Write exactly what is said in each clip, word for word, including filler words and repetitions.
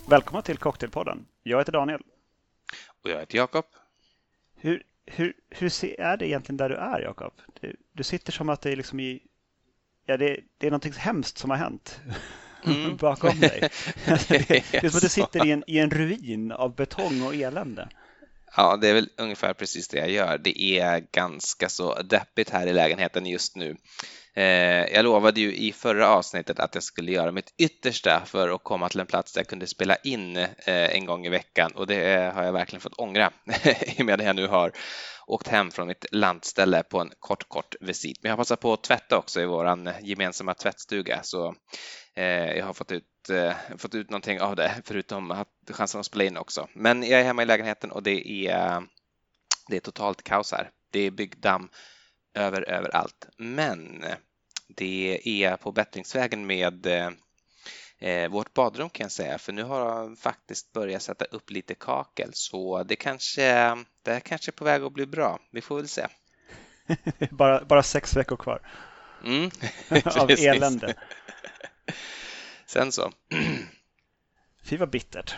Välkomna till Cocktailpodden. Jag heter Daniel. Och jag heter Jakob. Hur, hur, hur ser, är det egentligen där du är, Jakob? Du, du sitter som att det är liksom i... Ja, det, det är något hemskt som har hänt mm. bakom dig. det, det är som att du sitter i en, i en ruin av betong och elände. Ja, det är väl ungefär precis det jag gör. Det är ganska så deppigt här i lägenheten just nu. Eh, jag lovade ju i förra avsnittet att jag skulle göra mitt yttersta för att komma till en plats där jag kunde spela in eh, en gång i veckan. Och det har jag verkligen fått ångra i och med att jag nu har åkt hem från mitt landställe på en kort, kort visit. Men jag har passat på att tvätta också i våran gemensamma tvättstuga. Så eh, jag har fått ut, eh, fått ut någonting av det, förutom att chansen att spela in också. Men jag är hemma i lägenheten och det är, det är totalt kaos här. Det är byggdamm över överallt. Men det är på bättringsvägen med eh, vårt badrum kan jag säga. För nu har jag faktiskt börjat sätta upp lite kakel. Så det kanske, det är kanske på väg att bli bra. Vi får väl se. bara, bara sex veckor kvar. Mm, av elände. Sen så. Fy vad bittert.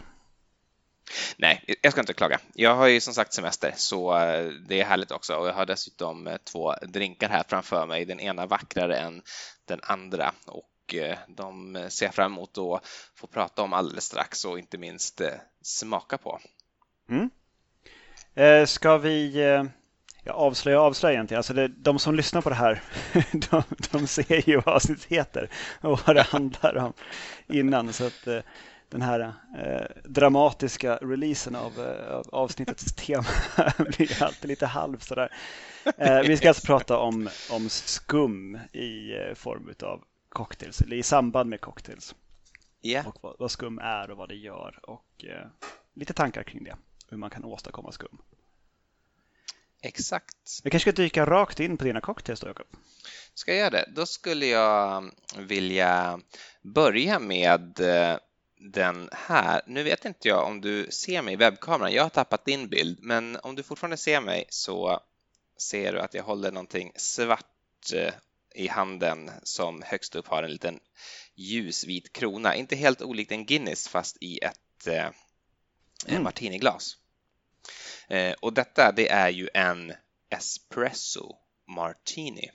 Nej, jag ska inte klaga. Jag har ju som sagt semester, så det är härligt också. Och jag har dessutom två drinkar här framför mig. Den ena vackrare än den andra. Och de ser fram emot att få prata om alldeles strax och inte minst smaka på. Mm. Eh, ska vi... Eh... Jag avslöjar och avslöjar egentligen. Alltså det, de som lyssnar på det här, de, de ser ju vad avsnitt heter och vad det handlar om innan. Så att eh, den här eh, dramatiska releasen av, eh, av avsnittets tema blir alltid lite halv sådär. Eh, vi ska alltså prata om, om skum i eh, form av cocktails, eller i samband med cocktails. Yeah. Och vad, vad skum är och vad det gör. Och eh, lite tankar kring det, hur man kan åstadkomma skum. Exakt. Vi kanske ska dyka rakt in på dina cocktails då, Jakob. Ska jag göra det? Då skulle jag vilja börja med den här. Nu vet inte jag om du ser mig i webbkameran. Jag har tappat din bild, men om du fortfarande ser mig så ser du att jag håller någonting svart i handen som högst upp har en liten ljusvit krona. Inte helt olikt en Guinness, fast i ett mm. martiniglas. Eh, och detta, det är ju en espresso martini.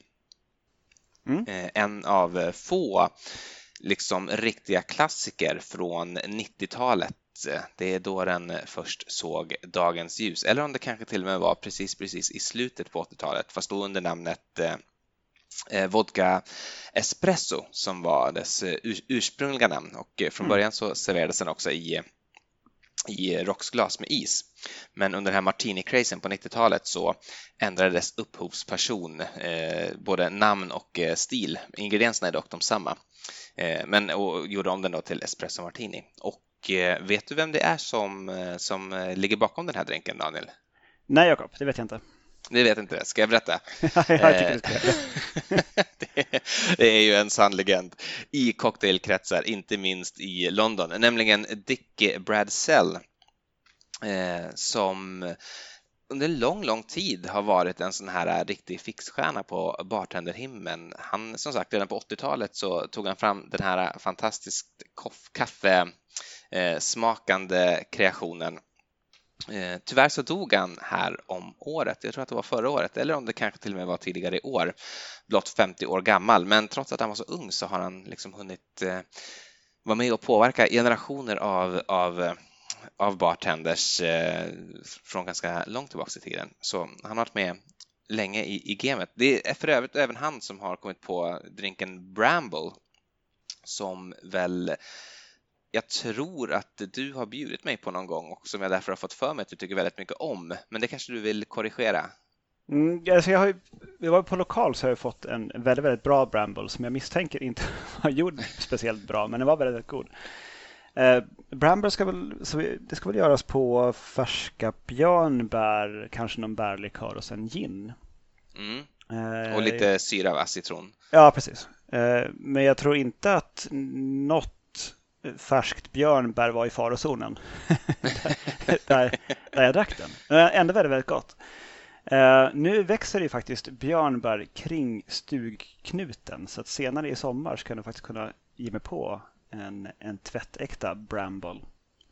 Mm. Eh, en av få liksom riktiga klassiker från nittiotalet. Det är då den först såg dagens ljus. Eller om det kanske till och med var precis, precis i slutet på åttiotalet. Fast då under namnet eh, vodka espresso som var dess ur- ursprungliga namn. Och från början så serverades den också i i rocksglas med is. Men under den här martini-crazen på nittiotalet så ändrades upphovsperson, eh, både namn och eh, stil. Ingredienserna är dock de samma. Eh, men och gjorde om den då till espresso martini. Och eh, vet du vem det är som, eh, som ligger bakom den här drinken, Daniel? Nej, Jakob, det vet jag inte. Det vet inte. Ska jag berätta? jag tycker det, ska. det, det är ju en sann legend i cocktailkretsar, inte minst i London. Nämligen Dick Bradsell eh, som under lång, lång tid har varit en sån här riktig fixstjärna på bartenderhimlen. Han, som sagt, redan på åttiotalet så tog han fram den här fantastiskt kaffe eh, smakande kreationen. Eh, tyvärr så dog han här om året, jag tror att det var förra året, eller om det kanske till och med var tidigare i år, blott femtio år gammal. Men trots att han var så ung så har han liksom hunnit eh, vara med och påverka generationer av, av, av bartenders eh, från ganska långt tillbaka i tiden. Så han har varit med länge i, i gamet. Det är för övrigt även han som har kommit på drinken Bramble, som väl jag tror att du har bjudit mig på någon gång och som jag därför har fått för mig att du tycker väldigt mycket om. Men det kanske du vill korrigera? Mm, alltså jag har ju, jag var på lokal så har jag fått en väldigt, väldigt bra Bramble som jag misstänker inte har gjort speciellt bra, men den var väldigt, väldigt god. Eh, Bramble ska väl, så det ska väl göras på färska björnbär, kanske någon bärlikör och sen gin. Mm. Eh, och lite syra av citron. Ja, precis. Eh, men jag tror inte att något färskt björnbär var i farozonen där, där, där jag drack den. Ändå väldigt, väldigt gott. Uh, nu växer det faktiskt björnbär kring stugknuten, så att senare i sommar ska jag faktiskt kunna ge mig på en, en tvättäkta Bramble.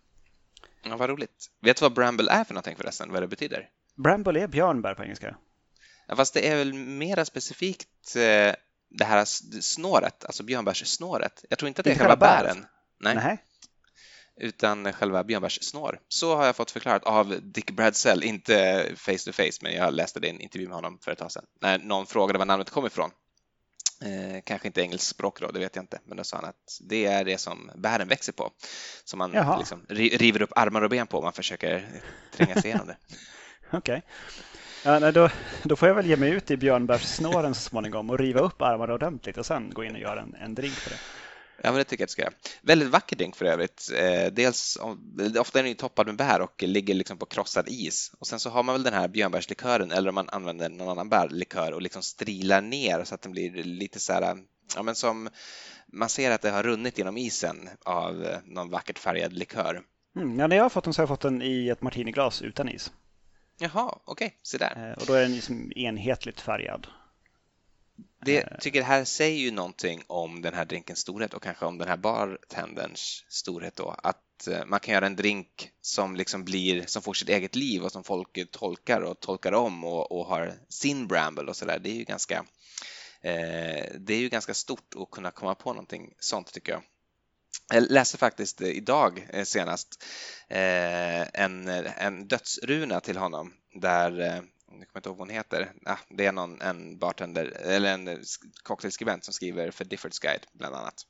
Ja, vad roligt. Vet du vad bramble är för någonting förresten? Vad det betyder? Bramble är björnbär på engelska. Ja, fast det är väl mera specifikt eh, det här snåret, alltså björnbärssnåret. Jag tror inte att det är Inte själva själva bäret? bären. Nej. Nej. Utan själva björnbärssnår. Så har jag fått förklarat av Dick Bradsell, inte face to face, men jag läste det i en intervju med honom för ett tag sedan. När någon frågade var namnet kom ifrån. Eh, kanske inte engelsk språk då, det vet jag inte. Men då sa han att det är det som bären växer på. Som man liksom river upp armar och ben på om man försöker tränga sig igenom det. Okej. Okay. Ja, nej, då, då får jag väl ge mig ut i björnbärssnåren så småningom och riva upp armarna ordentligt och sen gå in och göra en, en drink för det. Ja, men det tycker jag att ska göra. Väldigt vacker drink för övrigt. Eh, dels, ofta är den ju toppad med bär och ligger liksom på krossad is. Och sen så har man väl den här björnbärslikören, eller om man använder någon annan bärlikör och liksom strilar ner så att den blir lite så här, ja men som man ser att det har runnit genom isen av någon vackert färgad likör. Mm, ja, när jag har fått den så har jag fått den i ett martiniglas utan is. Jaha, okej, okay, så där. Eh, och då är den liksom enhetligt färgad. Det tycker det här säger ju någonting om den här drinkens storhet och kanske om den här bartenderns storhet då. Att man kan göra en drink som liksom blir, som får sitt eget liv och som folk tolkar och tolkar om och, och har sin bramble och sådär. Det är ju ganska eh, det är ju ganska stort att kunna komma på någonting sånt tycker jag. Jag läste faktiskt idag senast eh, en, en dödsruna till honom där jag kommer inte ihåg vad hon heter. Ah, det är någon, en bartender eller en cocktailskribent som skriver för Difford's Guide bland annat.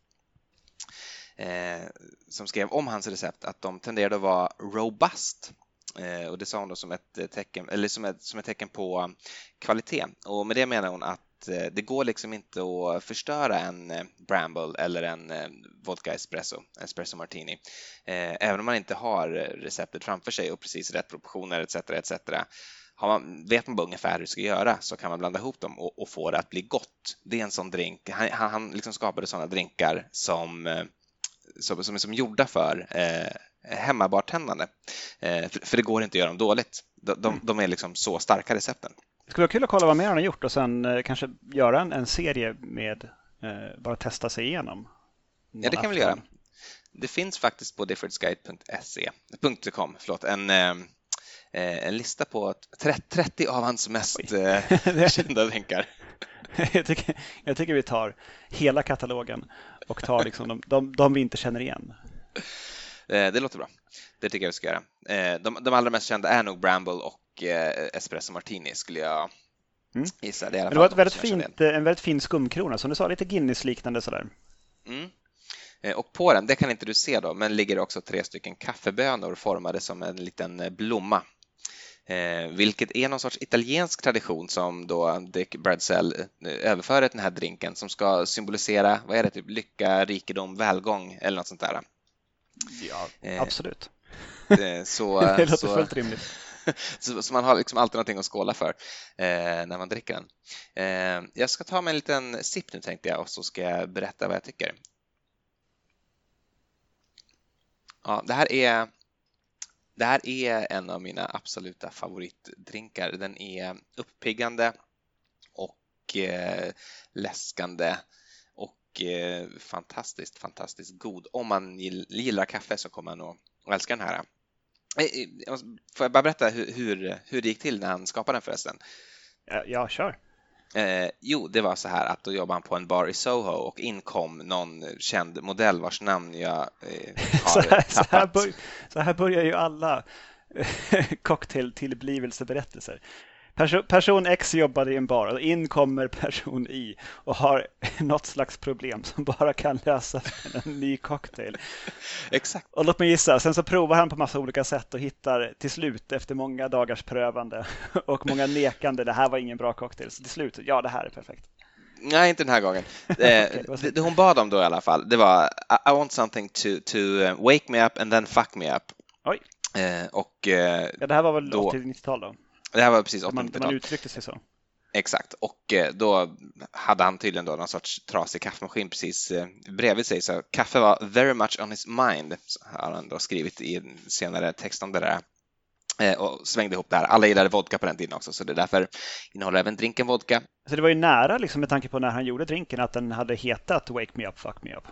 Eh, som skrev om hans recept att de tenderade att vara robust. Eh, och det sa hon då som ett tecken eller som ett, som ett tecken på kvalitet. Och med det menar hon att eh, det går liksom inte att förstöra en eh, bramble eller en eh, vodka espresso, espresso martini. Eh, även om man inte har receptet framför sig och precis rätt proportioner et cetera et cetera. Har man, vet man bara ungefär hur det ska göra så kan man blanda ihop dem och, och få det att bli gott. Det är en sån drink. Han, han liksom skapade sådana drinkar som, som, som är som gjorda för eh, hemmabartendande. Eh, för, för det går inte att göra dem dåligt. De, de, de är liksom så starka recepten. Det skulle vara kul att kolla vad mer han har gjort och sen eh, kanske göra en, en serie med eh, bara testa sig igenom. Ja, det kan vi göra. Det finns faktiskt på diffordsguide punkt se punkt com, förlåt, en... Eh, en lista på trettio av hans mest eh, kända drinkar. jag, tycker, jag tycker vi tar hela katalogen och tar liksom de, de, de vi inte känner igen. Eh, det låter bra. Det tycker jag vi ska göra. Eh, de, de allra mest kända är nog Bramble och eh, Espresso Martini skulle jag mm. gissa. Det, är i alla fall det var ett väldigt fint, en väldigt fin skumkrona som du sa, lite Guinness-liknande sådär. Mm. Och på den, det kan inte du se då, men ligger också tre stycken kaffebönor formade som en liten blomma. Eh, vilket är någon sorts italiensk tradition som då Dick Bradsell överför den här drinken som ska symbolisera, vad är det, typ lycka, rikedom, välgång eller något sånt där. Ja, eh, absolut. Eh, så, det låter så, fullt rimligt. Så, så man har liksom alltid någonting att skåla för eh, när man dricker den. Eh, jag ska ta mig en liten sipp nu tänkte jag och så ska jag berätta vad jag tycker. Ja, det här är det här är en av mina absoluta favoritdrinkar. Den är uppiggande och eh, läskande och eh, fantastiskt, fantastiskt god. Om man gillar kaffe så kommer man att älska den här. Får jag bara berätta hur, hur, hur det gick till när han skapade den förresten? Ja, ja kör. Eh, jo, det var så här att då jobbade han på en bar i Soho och inkom någon känd modell vars namn jag eh, har så här, tappat. Så här, bör, så här börjar ju alla cocktail-tillblivelseberättelser. Person, person X jobbade i en bar och in kommer person Y och har något slags problem som bara kan lösas med en ny cocktail. Exakt. Och låt mig gissa, sen så provar han på massa olika sätt och hittar till slut efter många dagars prövande och många nekande, det här var ingen bra cocktail. Så till slut, ja det här är perfekt. Nej, inte den här gången. okay, det, det hon bad om då i alla fall, det var I, I want something to, to wake me up and then fuck me up. Oj. Eh, och, eh, ja, det här var väl då, åttio-nittiotal då? Det här var precis åttio-nittiotal. Man, man uttryckte sig så. Exakt, och då hade han tydligen då någon sorts trasig kaffemaskin precis bredvid sig, så kaffe var very much on his mind, har han då skrivit i en senare text om det där. Och svängde ihop det här. Alla gillade vodka på den tiden också, så det är därför innehåller även drinken vodka. Så det var ju nära liksom, med tanke på när han gjorde drinken att den hade hetat Wake Me Up, Fuck Me Up.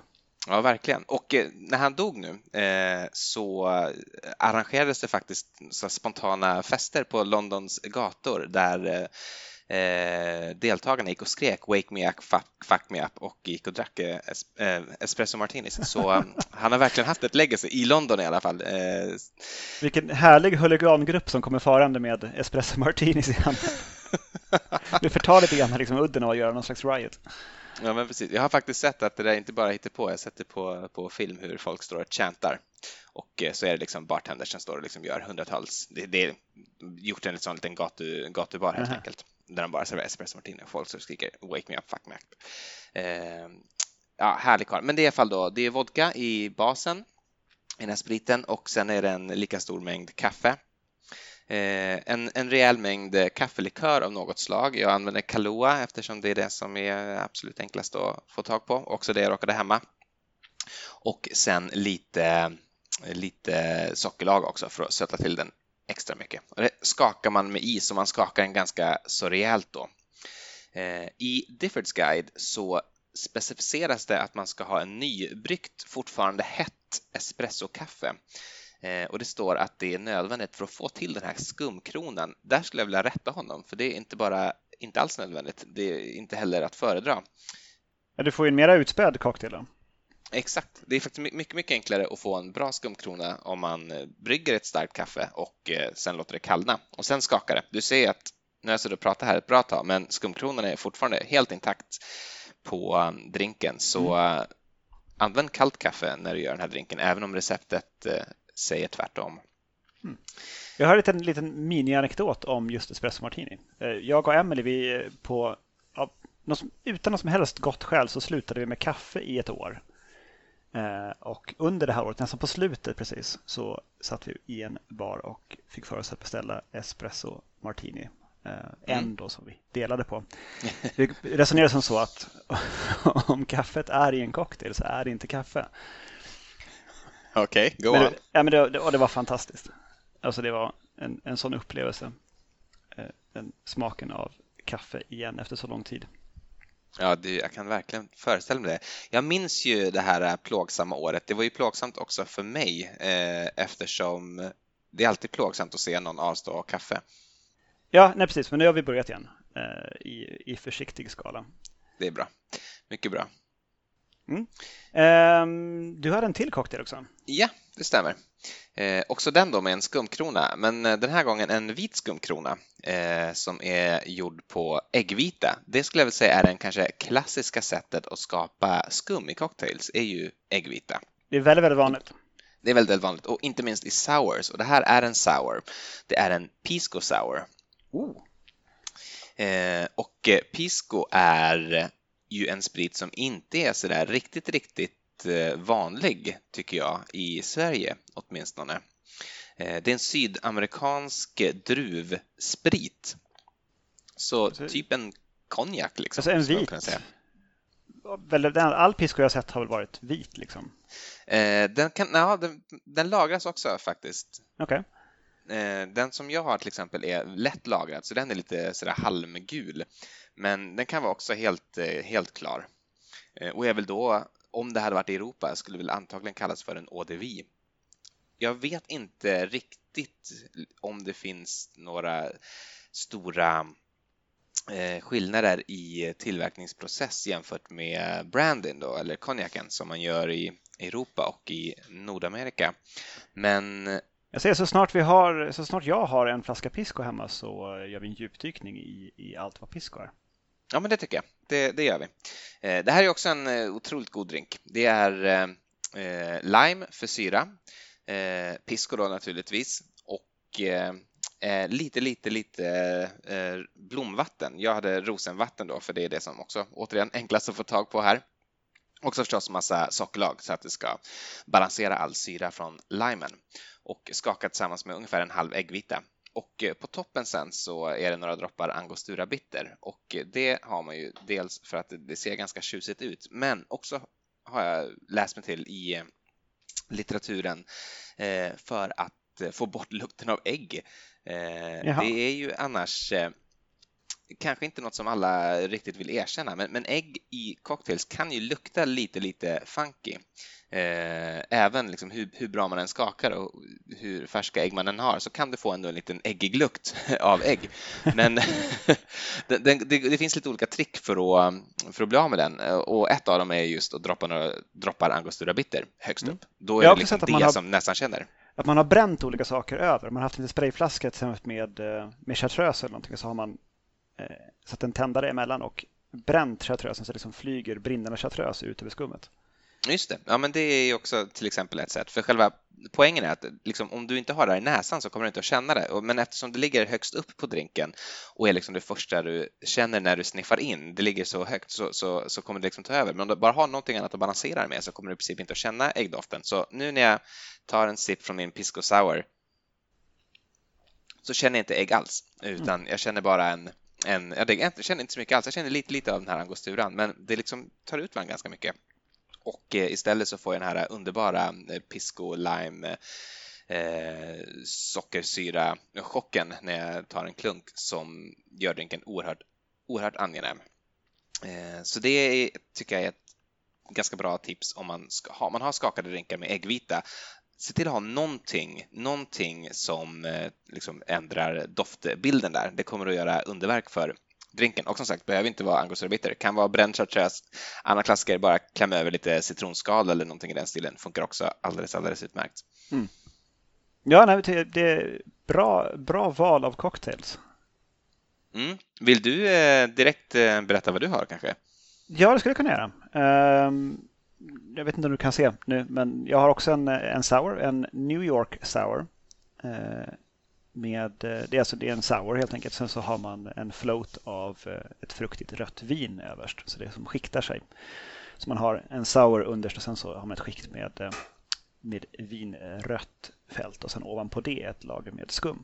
Ja, verkligen. Och eh, när han dog nu eh, så arrangerades det faktiskt så spontana fester på Londons gator där eh, deltagarna gick och skrek "Wake me up, fuck, fuck me up" och gick och drack eh, es, eh, espresso martinis. Så eh, han har verkligen haft ett legacy i London i alla fall. Eh, Vilken härlig huligangrupp som kommer farande med espresso martinis i handen. Det förtar lite grann liksom udden av att göra någon slags riot. Ja, men precis. Jag har faktiskt sett att det där inte bara hittar på. Jag har sett det på, på film hur folk står och chantar. Och så är det liksom bartenders som står och liksom gör hundratals. Det, det är gjort en sån liten gatu, gatubar helt uh-huh. enkelt. Där de bara serverar espresso martini och folk så skriker "Wake me up, fuck me up". Eh, ja, härlig karl. Men det är i alla fall då, det är vodka i basen i den här spriten och sen är det en lika stor mängd kaffe. Eh, en, en rejäl mängd kaffelikör av något slag. Jag använder Kahlua eftersom det är det som är absolut enklast att få tag på. Också det jag råkade hemma. Och sen lite, lite sockerlag också för att söta till den extra mycket. Och det skakar man med is och man skakar den ganska så rejält då. Eh, I Difford's Guide så specificeras det att man ska ha en nybryggt, fortfarande hett espressokaffe. Eh, och det står att det är nödvändigt för att få till den här skumkronan. Där skulle jag vilja rätta honom, för det är inte bara inte alls nödvändigt. Det är inte heller att föredra. Ja, du får ju en mera utspädd cocktail då. Exakt. Det är faktiskt mycket, mycket enklare att få en bra skumkrona om man brygger ett starkt kaffe och eh, sen låter det kallna. Och sen skakar det. Du ser att nu har jag och pratar här ett bra tag, men skumkronan är fortfarande helt intakt på drinken. Så mm. använd kallt kaffe när du gör den här drinken, även om receptet eh, säger tvärtom. Mm. Jag har en liten, liten mini-anekdot om just espresso martini. Jag och Emily, vi på, ja, utan något som helst gott skäl så slutade vi med kaffe i ett år. Och under det här året, nästan på slutet precis, så satt vi i en bar och fick för oss att beställa espresso martini. En mm. då som vi delade på. Vi resonerade som så att om kaffet är i en cocktail så är det inte kaffe. Okej, okay, go men on. Det, ja, men det, och det var fantastiskt. Alltså det var en, en sån upplevelse. Den smaken av kaffe igen efter så lång tid. Ja, det, jag kan verkligen föreställa mig det. Jag minns ju det här plågsamma året. Det var ju plågsamt också för mig eh, eftersom det är alltid plågsamt att se någon avstå av kaffe. Ja, nej precis. Men nu har vi börjat igen eh, i, i försiktig skala. Det är bra. Mycket bra. Mm. Eh, du har en till cocktail också. Ja, det stämmer. Eh, också den då med en skumkrona, men den här gången en vit skumkrona eh, som är gjord på äggvita. Det skulle jag vilja säga är den kanske klassiska sättet att skapa skum i cocktails är ju äggvita. Det är väldigt, väldigt vanligt. Det är väldigt, väldigt vanligt och inte minst i sours. Och det här är en sour. Det är en pisco sour. Oh. Eh, och pisco är ju en sprit som inte är så där riktigt, riktigt vanlig tycker jag i Sverige åtminstone. Det är en sydamerikansk druvsprit. Så alltså, typ en konjak liksom. Alltså en vit. All pisco jag sett har väl varit vit liksom. Den, kan, ja, den, den lagras också faktiskt. Okej. Okay. Den som jag har till exempel är lätt lagrad så den är lite sådär halmgul. Men den kan vara också helt, helt klar. Och är väl då, om det hade varit i Europa, skulle väl antagligen kallas för en eau de vie. Jag vet inte riktigt om det finns några stora eh, skillnader i tillverkningsprocess jämfört med brandyn då, eller konjaken som man gör i Europa och i Nordamerika. Men jag säger så snart vi har, så snart jag har en flaska pisco hemma så gör vi en djupdykning i, i allt vad pisco är. Ja, men det tycker jag. Det, det gör vi. Eh, det här är också en eh, otroligt god drink. Det är eh, lime för syra, eh, pisco då naturligtvis och eh, lite, lite, lite eh, blomvatten. Jag hade rosenvatten då, för det är det som också återigen enklast att få tag på här. Också förstås massa sockerlag så att det ska balansera all syra från limen och skaka tillsammans med ungefär en halv äggvita. Och på toppen sen så är det några droppar angostura bitter och det har man ju dels för att det ser ganska tjusigt ut, men också har jag läst mig till i litteraturen för att få bort lukten av ägg. Jaha. Det är ju annars kanske inte något som alla riktigt vill erkänna, men, men ägg i cocktails kan ju lukta lite, lite funky. Eh, även liksom hur, hur bra man än skakar och hur färska ägg man än har, så kan du få ändå en liten äggig lukt av ägg. Men det, det, det finns lite olika trick för att, för att bli av med den, och ett av dem är just att droppa några droppar Angostura Bitter högst upp. Mm. Då är Jag det liksom det har, som nästan känner. Att man har bränt olika saker över. Man har haft en sprayflaska tillsammans med, med chartreuse eller någonting, så har man eh, satt en tändare emellan och bränt chartreusen så det liksom flyger brinnande chartreuse ut över skummet. Just det. Ja, men det är ju också till exempel ett sätt. För själva poängen är att liksom, om du inte har det här i näsan så kommer du inte att känna det. Men eftersom det ligger högst upp på drinken och är liksom det första du känner när du sniffar in, det ligger så högt, så, så, så kommer det liksom ta över. Men om du bara har någonting annat att balansera med så kommer du i princip inte att känna äggdoften. Så nu när jag tar en sip från min Pisco Sour så känner jag inte ägg alls, utan jag känner bara en, en jag känner inte så mycket alls. Jag känner lite, lite av den här angosturan, men det liksom tar ut varandra ganska mycket. Och istället så får jag den här underbara pisco lime eh, sockersyra chocken när jag tar en klunk som gör drinken oerhört, oerhört angenäm. Eh, så det är, tycker jag är ett ganska bra tips om man ska ha, man har skakade drinkar med äggvita. Se till att ha någonting, någonting som eh, liksom ändrar doftbilden där. Det kommer att göra underverk för drinken. Och som sagt, behöver inte vara Angostura Bitter. Kan vara bränd chartreuse. Andra klassiker, bara klämma över lite citronskal eller någonting i den stilen. Funkar också alldeles, alldeles utmärkt. Mm. Ja, nej, det är bra, bra val av cocktails. Mm. Vill du eh, direkt eh, berätta vad du har kanske? Ja, det skulle jag kunna göra. Um, jag vet inte om du kan se nu, men jag har också en, en sour, en New York sour. Uh, Med, det, är alltså, det är en sour helt enkelt. Sen så har man en float av ett fruktigt rött vin överst. Så det är som skiktar sig. Så man har en sour underst och sen så har man ett skikt med, med vinrött fält. Och sen ovanpå det ett lager med skum.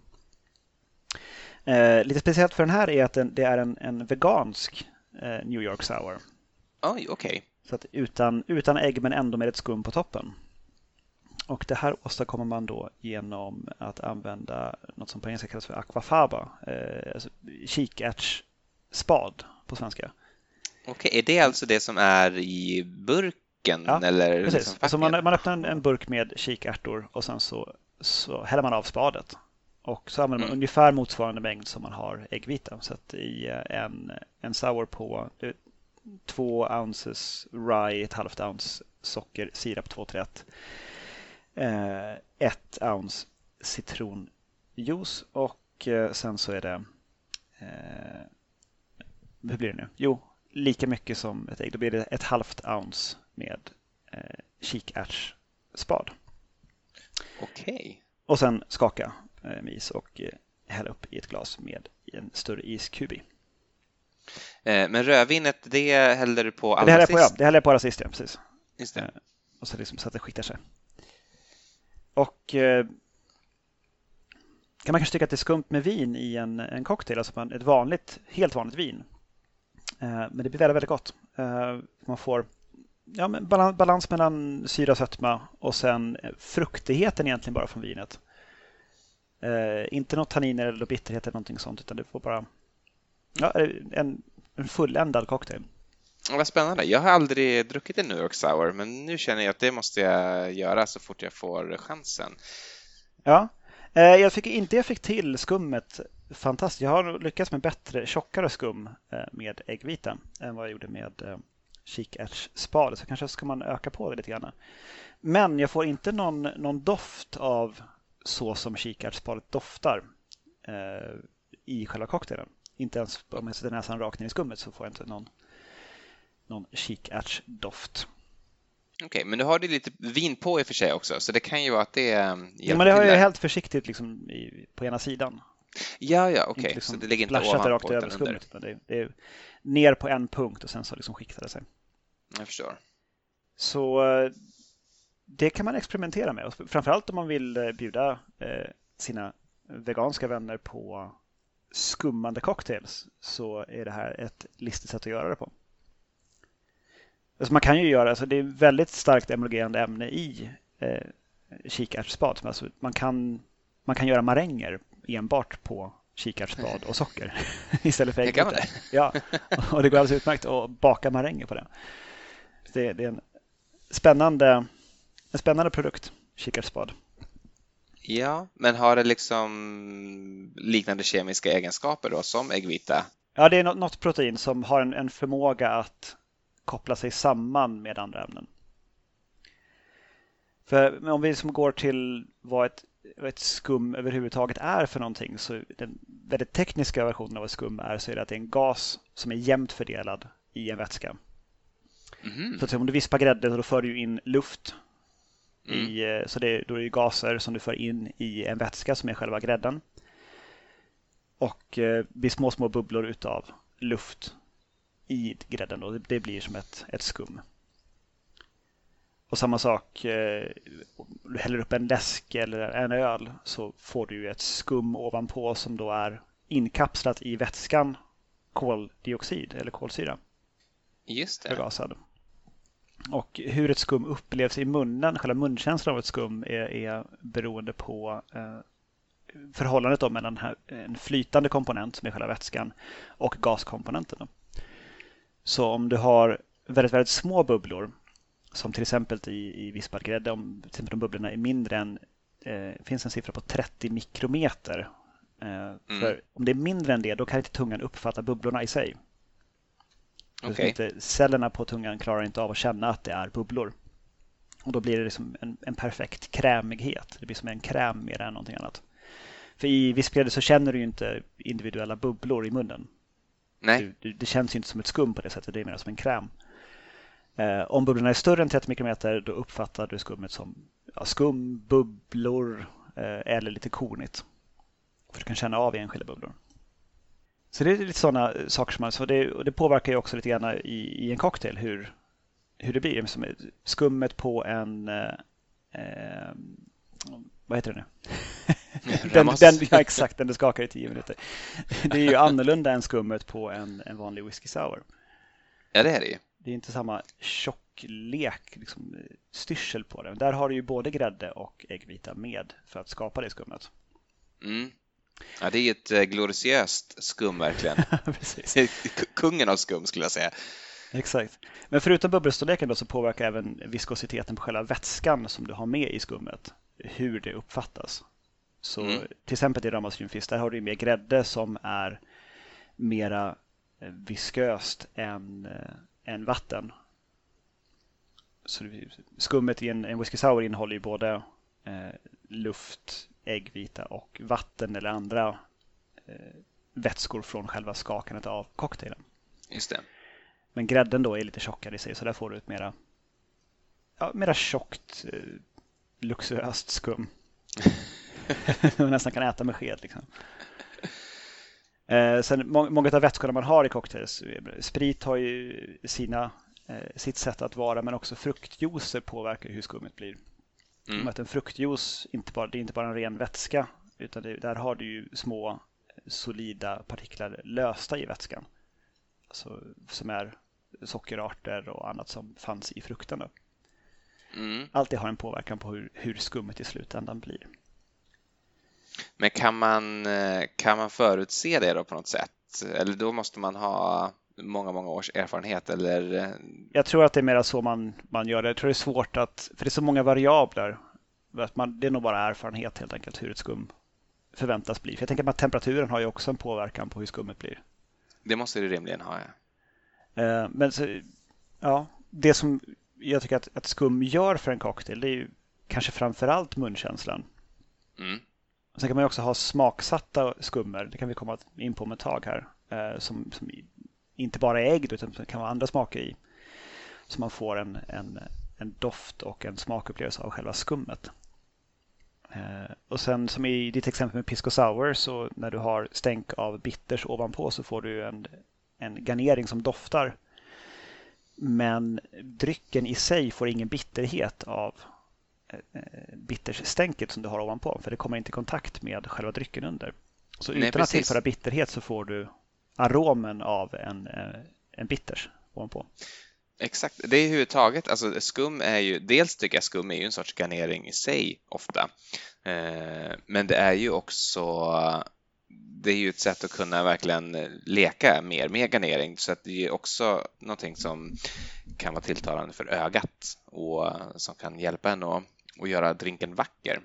Eh, lite speciellt för den här är att den, det är en, en vegansk eh, New York sour. Oj, okej. Okay. Så att utan, utan ägg men ändå med ett skum på toppen. Och det här åstadkommer man då genom att använda något som på engelska kallas för aquafaba, eh, alltså kikärtsspad på svenska. Okej, okay, är det alltså det som är i burken? Ja, eller precis. liksom alltså man, man öppnar en, en burk med kikärtor och sen så, så häller man av spadet. Och så använder man mm. ungefär motsvarande mängd som man har äggvita. Så att i en, en sour på två ounces rye, ett halvt ounce socker, sirap två till ett. Eh, ett ounce citronjuice och eh, sen så är det eh, hur blir det nu? Jo, lika mycket som ett ägg. Då blir det ett halvt ounce med eh, kikärtsspad. Okej. Okay. Och sen skaka eh, med is och eh, hälla upp i ett glas med en större iskub i. Eh, men rödvinet, det häller du på allra det häller sist? På, ja, det häller jag på allra sist, ja, precis. Just det. Eh, och så, liksom, så att det skiktar sig. Och eh, kan man kanske tycka att det är skumt med vin i en, en cocktail, alltså ett vanligt, helt vanligt vin. Eh, men det blir väldigt, väldigt gott. Eh, man får ja, men balans, balans mellan syra och sötma och sen fruktigheten egentligen bara från vinet. Eh, inte något tanniner eller bitterhet eller någonting sånt, utan det får bara ja, en, en fulländad cocktail. Vad spännande. Jag har aldrig druckit en New York Sour, men nu känner jag att det måste jag göra så fort jag får chansen. Ja, eh, jag fick inte jag fick till skummet fantastiskt. Jag har lyckats med bättre, tjockare skum eh, med äggvita än vad jag gjorde med eh, kikärtsspad. Så kanske ska man öka på det lite grann. Men jag får inte någon, någon doft av så som kikärtsspadet doftar eh, i själva cocktailen. Inte ens om jag sätter näsan rakt ner i skummet så får jag inte någon någon kikärtsdoft. Okej, okay, men du har det lite vin på i och för sig också, så det kan ju vara att det hjälper ja, men det har jag helt försiktigt liksom i, på ena sidan. Ja, ja, okej. Okay. Liksom så det ligger inte ovanpå rakt över skummet, utan det, det är ner på en punkt och sen så liksom skiktar det sig. Jag förstår. Så det kan man experimentera med. Framförallt om man vill bjuda eh, sina veganska vänner på skummande cocktails så är det här ett listigt sätt att göra det på. Alltså man kan ju göra, alltså det är väldigt starkt emulgerande ämne i eh, kikärtsspad. Alltså man, kan, man kan göra maränger enbart på kikärtsspad och socker istället för Det kan äggvita. man det. Ja, och det går alldeles utmärkt att baka maränger på det. Det, det är en spännande, en spännande produkt, kikärtsspad. Ja, men har det liksom liknande kemiska egenskaper då som äggvita? Ja, det är något, något protein som har en, en förmåga att koppla sig samman med andra ämnen. För om vi liksom går till vad ett, vad ett skum överhuvudtaget är för någonting, så den väldigt tekniska versionen av vad skum är, så är det att det är en gas som är jämnt fördelad i en vätska. Mm. Så att om du vispar grädde, då för du in luft. Mm. I, så det, då är det gaser som du för in i en vätska som är själva grädden. Och eh, blir små, små bubblor utav luft i grädden. Då. Det, det blir som ett, ett skum. Och samma sak, eh, du häller upp en läsk eller en öl, så får du ett skum ovanpå som då är inkapslat i vätskan koldioxid eller kolsyra. Just det. Förgasad. Och hur ett skum upplevs i munnen, själva munkänslan av ett skum är, är beroende på eh, förhållandet då mellan här, en flytande komponent som är själva vätskan och gaskomponenten. Så om du har väldigt, väldigt små bubblor, som till exempel i, i vispad grädde, om till exempel de bubblorna är mindre än, eh, finns en siffra på trettio mikrometer. Eh, mm. För om det är mindre än det, då kan inte tungan uppfatta bubblorna i sig. Okay. Inte, cellerna på tungan klarar inte av att känna att det är bubblor. Och då blir det liksom en, en perfekt krämighet. Det blir som en kräm mer än någonting annat. För i vispgrädde så känner du ju inte individuella bubblor i munnen. Nej. Du, du, det känns ju inte som ett skum på det sättet, det är mer som en kräm. Eh, om bubblorna är större än trettio mikrometer, då uppfattar du skummet som ja, skum, bubblor eh, eller lite kornigt. För du kan känna av enskilda bubblor. Så det är lite sådana saker som man, så det, och det påverkar ju också lite grann i, i en cocktail hur, hur det blir. Som skummet på en, eh, vad heter det nu? den, den, ja, exakt, den du skakar i tio minuter. Det är ju annorlunda än skummet på en, en vanlig whisky sour. Ja, det är det ju. Det är inte samma tjocklek, liksom, styrsel på det. Där har du ju både grädde och äggvita med för att skapa det skummet. Mm. Ja, det är ett gloriöst skum verkligen. Precis. Kungen av skum skulle jag säga. Exakt. Men förutom bubbelstorleken då, så påverkar även viskositeten på själva vätskan som du har med i skummet hur det uppfattas. Så mm. till exempel i römmasrymfisk, där har du mer grädde som är mera visköst än, än vatten. Så skummet i en, en whisky sour innehåller ju både eh, luft, äggvita och vatten eller andra eh, vätskor från själva skakandet av cocktailen. Just det. Men grädden då är lite tjockare i sig, så där får du ett mera, ja, mera tjockt, eh, luxuöst skum. Man nästan kan äta med sked liksom. Eh, sen må- många av vätskorna man har i cocktails, sprit har ju sina, eh, sitt sätt att vara, men också fruktjuicer påverkar hur skummet blir. Mm. Att en fruktjuice inte bara, det är inte bara en ren vätska, utan det, där har du ju små solida partiklar lösta i vätskan. Alltså, som är sockerarter och annat som fanns i frukten. Då. Mm. Allt det har en påverkan på hur, hur skummet i slutändan blir. Men kan man, kan man förutse det då på något sätt? Eller då måste man ha många, många års erfarenhet? Eller? Jag tror att det är mer så man, man gör det. Jag tror det är svårt att, för det är så många variabler. Att man, det är nog bara erfarenhet helt enkelt hur ett skum förväntas bli. För jag tänker att temperaturen har ju också en påverkan på hur skummet blir. Det måste det rimligen ha, ja. Men så, ja, det som jag tycker att, att skum gör för en cocktail, det är ju kanske framförallt munkänslan. Mm. Sen kan man ju också ha smaksatta skummer, det kan vi komma in på om ett tag här, eh, som, som inte bara är ägg utan det kan vara andra smaker i. Så man får en, en, en doft och en smakupplevelse av själva skummet. Eh, och sen som i ditt exempel med pisco sour, så när du har stänk av bitters ovanpå så får du en, en garnering som doftar. Men drycken i sig får ingen bitterhet av bittersstänket som du har ovanpå, för det kommer inte i kontakt med själva drycken under. Så utan Nej, att tillföra bitterhet så får du aromen av en, en bitters ovanpå. Exakt, det är överhuvudtaget, alltså skum är ju, dels tycker jag skum är ju en sorts garnering i sig ofta, eh, men det är ju också det är ju ett sätt att kunna verkligen leka mer med garnering, så att det är också någonting som kan vara tilltalande för ögat och som kan hjälpa en att, att göra drinken vacker.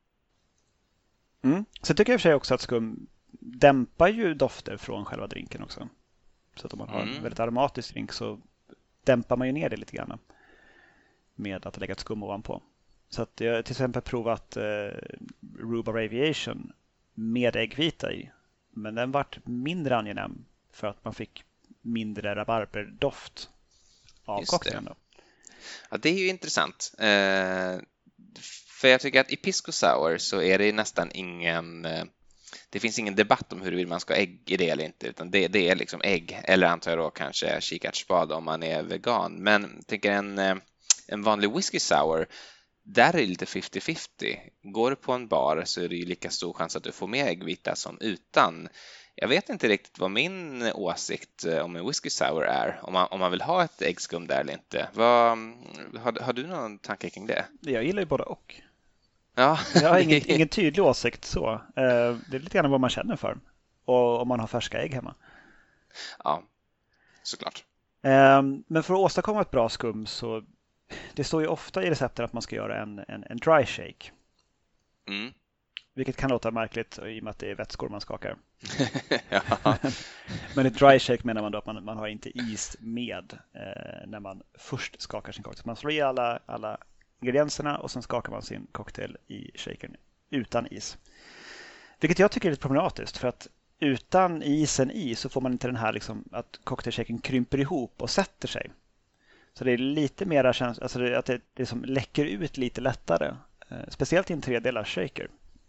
Mm. Så tycker jag i och för sig också att skum dämpar ju dofter från själva drinken också. Så att om man har Mm. en väldigt aromatisk drink så dämpar man ju ner det lite grann med att lägga ett skum ovanpå. Så att jag har till exempel provat eh, Rhubarb Aviation med äggvita i. Men den vart mindre angenäm för att man fick mindre rabarberdoft av Just cocktailen. det. Då. Ja, det är ju intressant. Eh, för jag tycker att i Pisco Sour så är det nästan ingen... Eh, det finns ingen debatt om huruvida man ska ha ägg i det eller inte, utan det, det är liksom ägg. Eller antar jag då kanske kikärtsspad om man är vegan. Men jag tänker en, eh, en vanlig whisky sour, där är det lite femtio femtio. Går du på en bar så är det ju lika stor chans att du får med äggvita som utan. Jag vet inte riktigt vad min åsikt om en whisky sour är, om man, om man vill ha ett äggskum där eller inte. Vad, har, har du någon tanke kring det? Jag gillar ju både och. Ja. Jag har ingen, ingen tydlig åsikt så. Det är lite grann vad man känner för. Och om man har färska ägg hemma. Ja, såklart. Men för att åstadkomma ett bra skum så det står ju ofta i recepten att man ska göra en, en, en dry shake. Mm. Vilket kan låta märkligt i och med att det är vätskor man skakar. Ja. Men i dry shake menar man då att man, man har inte is med eh, när man först skakar sin cocktail. Man slår i alla, alla ingredienserna och sen skakar man sin cocktail i shakern utan is. Vilket jag tycker är lite problematiskt för att utan isen i så får man inte den här liksom, att cocktailshakern krymper ihop och sätter sig. Så det är lite mera känsla, alltså det, att det, det som läcker ut lite lättare. Eh, speciellt i en tredelars shaker.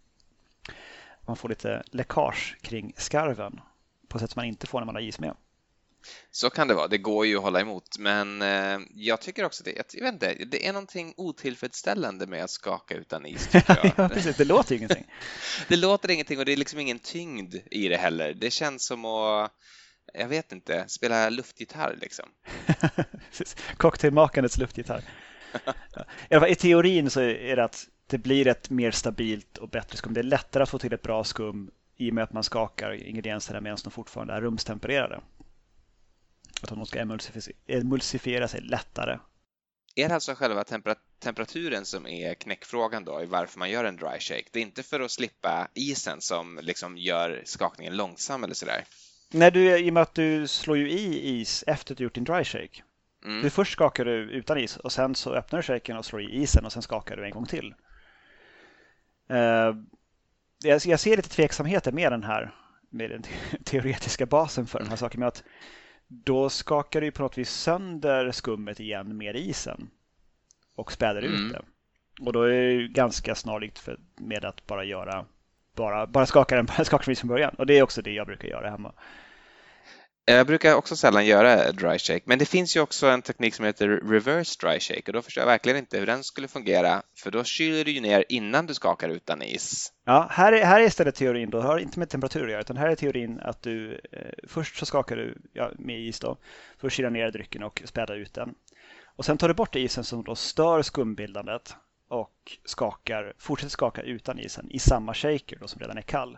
Man får lite läckage kring skarven på sätt som man inte får när man har is med. Så kan det vara, det går ju att hålla emot, men eh, jag tycker också det, jag vet inte, det är någonting otillfredsställande med att skaka utan is, tycker jag. Ja, precis, det låter ju ingenting. Det låter ingenting och det är liksom ingen tyngd i det heller. Det känns som att, jag vet inte, spela luftgitarr liksom. Cocktailmakandets luftgitarr. Ja. I teorin så är det att det blir ett mer stabilt och bättre skum. Det är lättare att få till ett bra skum i och med att man skakar ingredienserna medan de fortfarande är rumstempererade. Att de ska emulsifiera sig lättare. Är det alltså själva tempera- temperaturen som är knäckfrågan då i varför man gör en dry shake? Det är inte för att slippa isen som liksom gör skakningen långsam eller sådär? Nej, du, i och med att du slår ju i is efter att du gjort din dry shake. Mm. Du först skakar du utan is och sen så öppnar du shaken och slår i isen och sen skakar du en gång till. Uh, jag, jag ser lite tveksamheter med den här med den te- teoretiska basen för den här saken med att då skakar du på något vis sönder skummet igen med isen och späder Mm. ut det. Och då är det ju ganska snarlikt för, med att bara göra bara, bara skaka den bara skaka från början. Och det är också det jag brukar göra hemma. Jag brukar också sällan göra dry shake, men det finns ju också en teknik som heter reverse dry shake och då förstår jag verkligen inte hur den skulle fungera, för då kyler du ju ner innan du skakar utan is. Ja, här är, här är istället teorin då, det har inte med temperatur att göra, utan här är teorin att du eh, först så skakar du ja, med is då, för att kyla ner drycken och späda ut den. Och sen tar du bort isen som då stör skumbildandet och skakar, fortsätter skaka utan isen i samma shaker då, som redan är kall.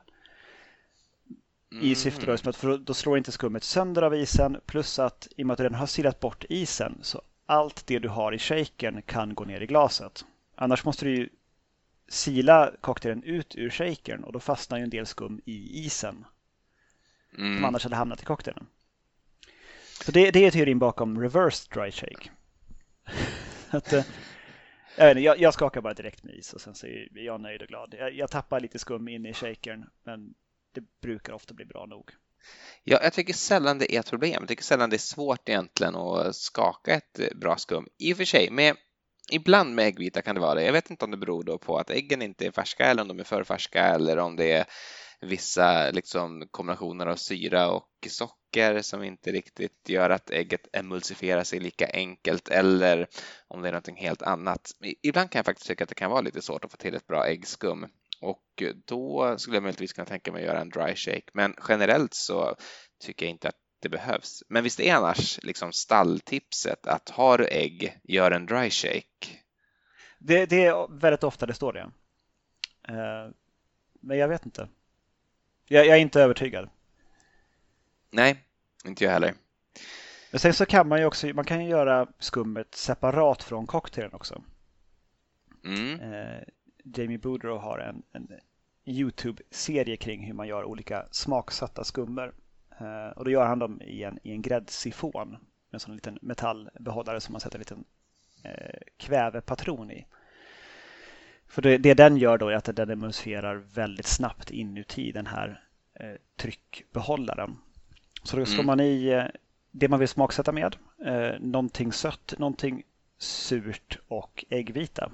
I syfte då, att för då slår inte skummet sönder av isen, plus att i och med att du redan har silat bort isen så allt det du har i shakern kan gå ner i glaset. Annars måste du ju sila cocktailen ut ur shakern och då fastnar ju en del skum i isen Mm. som annars hade hamnat i cocktailen. Så det, det är teorin bakom reverse dry shake. att, eh, jag, vet inte, jag, jag skakar bara direkt med is och sen så är jag nöjd och glad. Jag, jag tappar lite skum in i shakern, men det brukar ofta bli bra nog. Ja, jag tycker sällan det är ett problem. Jag tycker sällan det är svårt egentligen att skaka ett bra skum. I och för sig, med, ibland med äggvita kan det vara det. Jag vet inte om det beror då på att äggen inte är färska eller om de är för färska eller om det är vissa liksom, kombinationer av syra och socker som inte riktigt gör att ägget emulsifierar sig lika enkelt eller om det är någonting helt annat. Ibland kan jag faktiskt tycka att det kan vara lite svårt att få till ett bra äggskum. Och då skulle jag möjligtvis kunna tänka mig att göra en dry shake. Men generellt så tycker jag inte att det behövs. Men visst är annars liksom stalltipset att har du ägg, gör en dry shake. Det, det är väldigt ofta det står det. Uh, men jag vet inte. Jag, jag är inte övertygad. Nej, inte jag heller. Men sen så kan man ju också man kan ju göra skummet separat från cocktailen också. Mm. Eh, Jamie Boudreau har en, en YouTube-serie kring hur man gör olika smaksatta skummor. Eh, och då gör han dem i en, i en gräddsifon med en sån liten metallbehållare som man sätter en liten eh, kvävepatron i. För det, det den gör då är att den emulsifierar väldigt snabbt inuti den här eh, tryckbehållaren. Så då slår Mm. man i eh, det man vill smaksätta med. Eh, någonting sött, någonting surt och äggvita.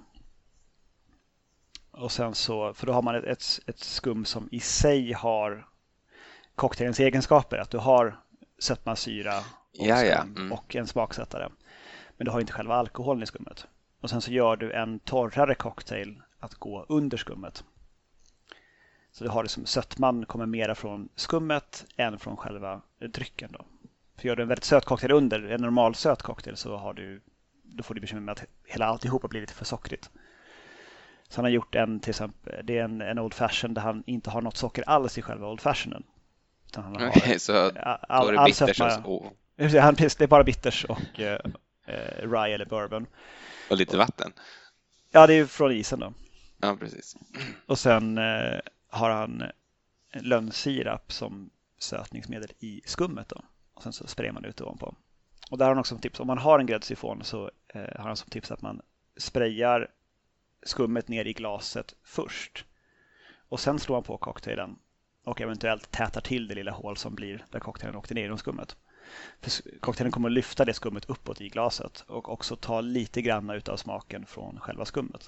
Och sen så, för då har man ett, ett, ett skum som i sig har cocktailens egenskaper. Att du har sötmasyra och, Ja, ja. skum Mm. och en smaksättare. Men du har inte själva alkoholen i skummet. Och sen så gör du en torrare cocktail att gå under skummet. Så du har det som sötman kommer mera från skummet än från själva drycken då. För gör du en väldigt söt cocktail under en normal söt cocktail så har du, då får du bekymmer med att hela alltihopa blir lite för sockrigt. Så han har gjort en till exempel, det är en, en Old Fashion där han inte har något socker alls i själva Old Fashionen. Utan han har Okej, så all, då all, är det all bitters sötma. och, Han, det är bara bitters och eh, eh, rye eller bourbon. och lite vatten. Ja, det är ju från isen då. Ja, precis. Och sen eh, har han lönnsirap som sötningsmedel i skummet då. Och sen så sprayar man ut det ovanpå. Och där har han också som tips, om man har en gräddsifon så eh, har han som tips att man sprayar skummet ner i glaset först. Och sen slår man på cocktailen och eventuellt tätar till det lilla hål som blir där cocktailen åkte ner genom skummet. För cocktailen kommer att lyfta det skummet uppåt i glaset och också ta lite grann utav smaken från själva skummet.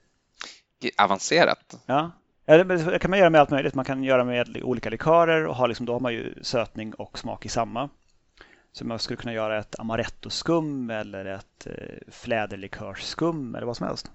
Avancerat. Ja, det kan man göra med allt möjligt. Man kan göra med olika likörer och ha liksom, då har man ju sötning och smak i samma. Så man skulle kunna göra ett amaretto-skum eller ett eh, fläderlikörsskum eller vad som helst.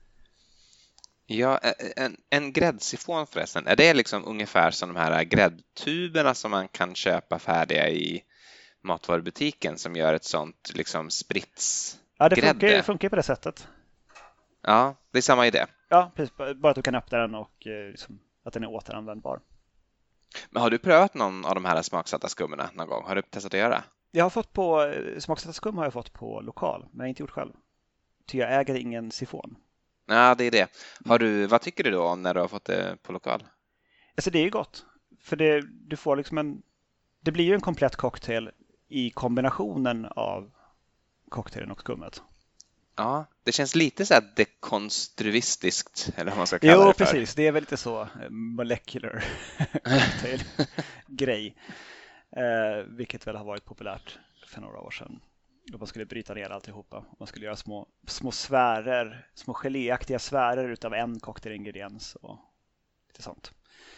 Ja, en, en gräddsifon förresten, är det liksom ungefär som de här gräddtuberna som man kan köpa färdiga i matvarubutiken som gör ett sånt liksom sprits Ja, det grädde? funkar, det funkar på det sättet. Ja, det är samma idé. Ja, precis. Bara att du kan öppna den och eh, liksom, att den är återanvändbar. Men har du prövat någon av de här smaksatta skummorna någon gång? Har du testat att göra? Jag har fått på, smaksatta skum har jag fått på lokal, men jag har inte gjort själv. Ty jag äger ingen sifon. Ja, det är det. Har du, vad tycker du då om när du har fått det på lokal? Alltså det är ju gott. För det, du får liksom en, det blir ju en komplett cocktail i kombinationen av cocktailen och skummet. Ja, det känns lite så här dekonstruistiskt, eller vad man ska kalla Jo, det för. precis. Det är väl lite så molecular cocktail-grej. Eh, vilket väl har varit populärt för några år sedan. Och man skulle bryta ner alltihopa. Man skulle göra små, små sfärer, små geléaktiga sfärer utav en cocktailingrediens och lite sånt.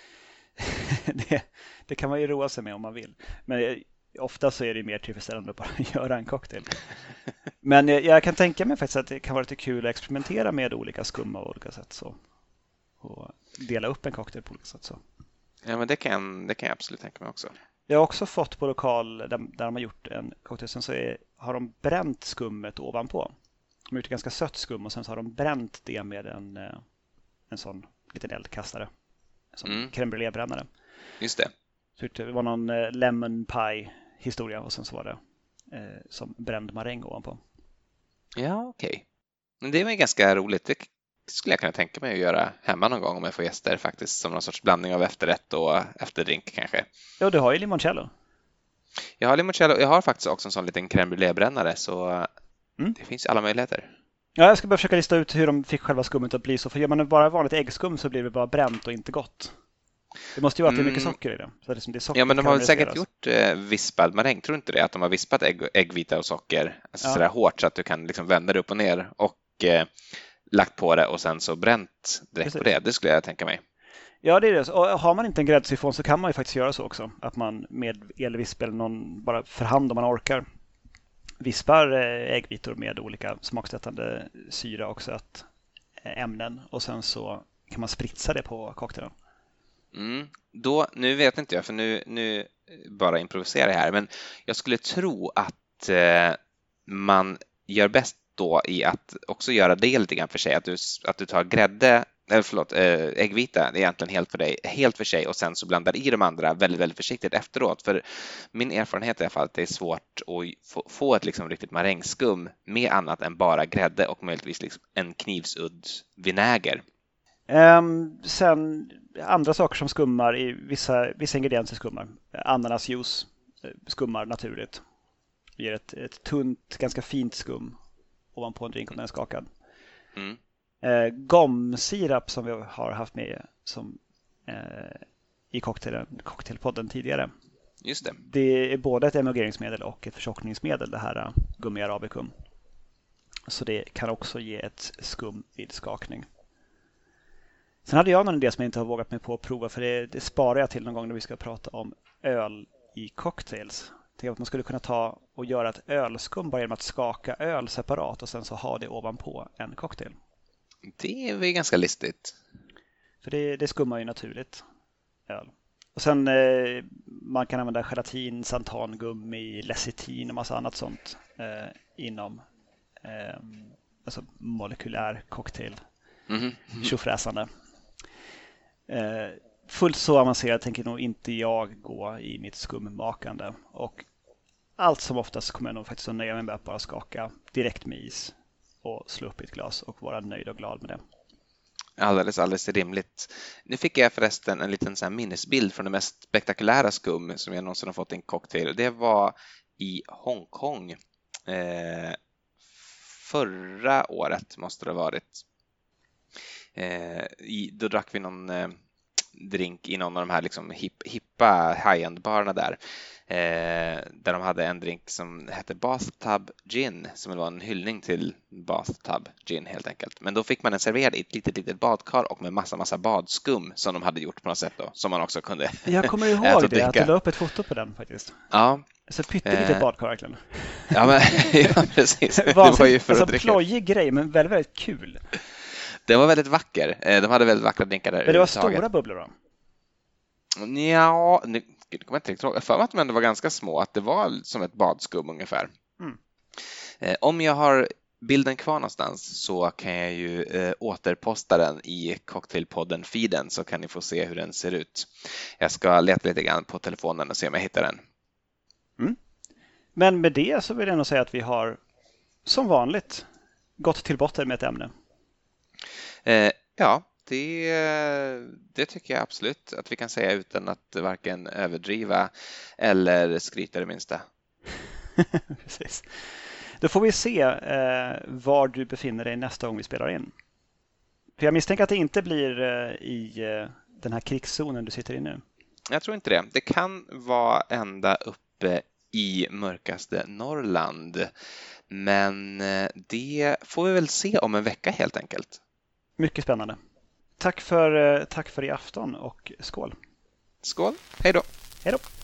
det, det kan man ju roa sig med om man vill. Men ofta så är det mer tillfredsställande att bara göra en cocktail. Men jag, jag kan tänka mig faktiskt att det kan vara lite kul att experimentera med olika skumma och olika sätt så. Och dela upp en cocktail på olika sätt så. Ja, men det kan, det kan jag absolut tänka mig också. Jag har också fått på lokal där, där de har gjort en cocktail, sen så är, har de bränt skummet ovanpå. De har gjort ett ganska sött skum och sen så har de bränt det med en, en sån liten eldkastare. En sån Mm. crème brûlée-brännare. Just det. Så det var någon lemon pie historia och sen så var det eh, som bränd maräng ovanpå. Ja, okej. Okay. Men det är väl ganska roligt. Det skulle jag kunna tänka mig att göra hemma någon gång om jag får gäster faktiskt. Som någon sorts blandning av efterrätt och efterdrink kanske. Ja, du har ju limoncello. Jag har limoncello. Jag har faktiskt också en sån liten crème brûlée-brännare. Så mm. det finns alla möjligheter. Ja, jag ska bara försöka lista ut hur de fick själva skummet att bli så. För gör man bara vanligt äggskum så blir det bara bränt och inte gott. Det måste ju vara att det är mycket socker i det. Så det är, det är socker ja, men de har väl säkert gjort eh, vispad maräng. Tror du inte det? Att de har vispat ägg, äggvita och socker alltså ja. sådär hårt så att du kan liksom vända det upp och ner och eh, lagt på det och sen så bränt direkt Precis. på det. Det skulle jag tänka mig. Ja, det är det. Och har man inte en gräddsifon så kan man ju faktiskt göra så också. Att man med elvisp eller någon bara för hand om man orkar vispar äggvitor med olika smaksättande syra och sött ämnen och sen så kan man spritsa det på cocktailen. Mm. Då, nu vet inte jag för nu, nu bara improviserar jag här men jag skulle tro att eh, man gör bäst då i att också göra det lite grann för sig att du, att du tar grädde eller förlåt, äggvita är egentligen helt för dig, helt för sig och sen så blandar i de andra väldigt, väldigt försiktigt efteråt. För min erfarenhet är i alla fall att det är svårt att få, få ett liksom riktigt marängskum med annat än bara grädde och möjligtvis liksom en knivsudd vinäger. Um, sen andra saker som skummar, i vissa, vissa ingredienser skummar. Ananasjuice skummar naturligt. Det ger ett, ett tunt, ganska fint skum ovanpå en drink om den är skakad. Mm. Eh, gomsirap som vi har haft med som, eh, i cocktailen, cocktailpodden tidigare. Just det. Det är både ett emulgeringsmedel och ett förtjockningsmedel, det här gummi arabicum. Så det kan också ge ett skum vid skakning. Sen hade jag någon idé som jag inte har vågat mig på att prova, för det, det sparar jag till någon gång när vi ska prata om öl i cocktails. Tänk att man skulle kunna ta och göra ett ölskum bara genom att skaka öl separat och sen så ha det ovanpå en cocktail. Det är väl ganska listigt. För det, det skummar ju naturligt öl. Och sen eh, man kan använda gelatin, santangummi, lecitin och massa annat sånt eh, inom eh, alltså molekylär cocktail. Mm-hmm. Tjofräsande. Eh, fullt så avancerat tänker nog inte jag gå i mitt skummakande. Och allt som oftast kommer jag nog faktiskt att nöja mig med att bara skaka direkt med is och slå upp i ett glas och vara nöjd och glad med det. Alldeles, alldeles rimligt. Nu fick jag förresten en liten så här minnesbild från det mest spektakulära skum som jag någonsin har fått i en cocktail. Det var i Hongkong eh, förra året måste det ha varit. Eh, i, då drack vi någon eh, drink i någon av de här liksom hip, hippa high-end-barerna där. Eh, där de hade en drink som hette Bathtub Gin, som var en hyllning till Bathtub Gin helt enkelt. Men då fick man en serverad i ett litet, litet badkar och med massa, massa badskum som de hade gjort på något sätt då, som man också kunde Jag kommer ihåg det, att du la upp ett foto på den faktiskt. Ja. Så pyttelitet eh, badkar verkligen. Ja, men, ja precis. Det var ju för alltså, att dricka. Plojig grej, men väldigt, väldigt kul. Det var väldigt vacker. De hade väldigt vackra drinkar där. Men det var stora bubblor då? Ja, nu kommer jag inte riktigt ihåg. För att de ändå var ganska små, att det var som ett badskum ungefär. Mm. Eh, om jag har bilden kvar någonstans så kan jag ju eh, återposta den i Cocktailpodden-feeden så kan ni få se hur den ser ut. Jag ska leta lite grann på telefonen och se om jag hittar den. Mm. Men med det så vill jag nog säga att vi har som vanligt gått till botten med ett ämne. Eh, ja, det, det tycker jag absolut att vi kan säga utan att varken överdriva eller skryta det minsta. Precis. Då får vi se eh, var du befinner dig nästa gång vi spelar in. För jag misstänker att det inte blir eh, i eh, den här krigszonen du sitter i nu. Jag tror inte det. Det kan vara ända uppe i mörkaste Norrland. Men det får vi väl se om en vecka helt enkelt. Mycket spännande. Tack för, tack för i afton och skål. Skål. Hej då. Hej då.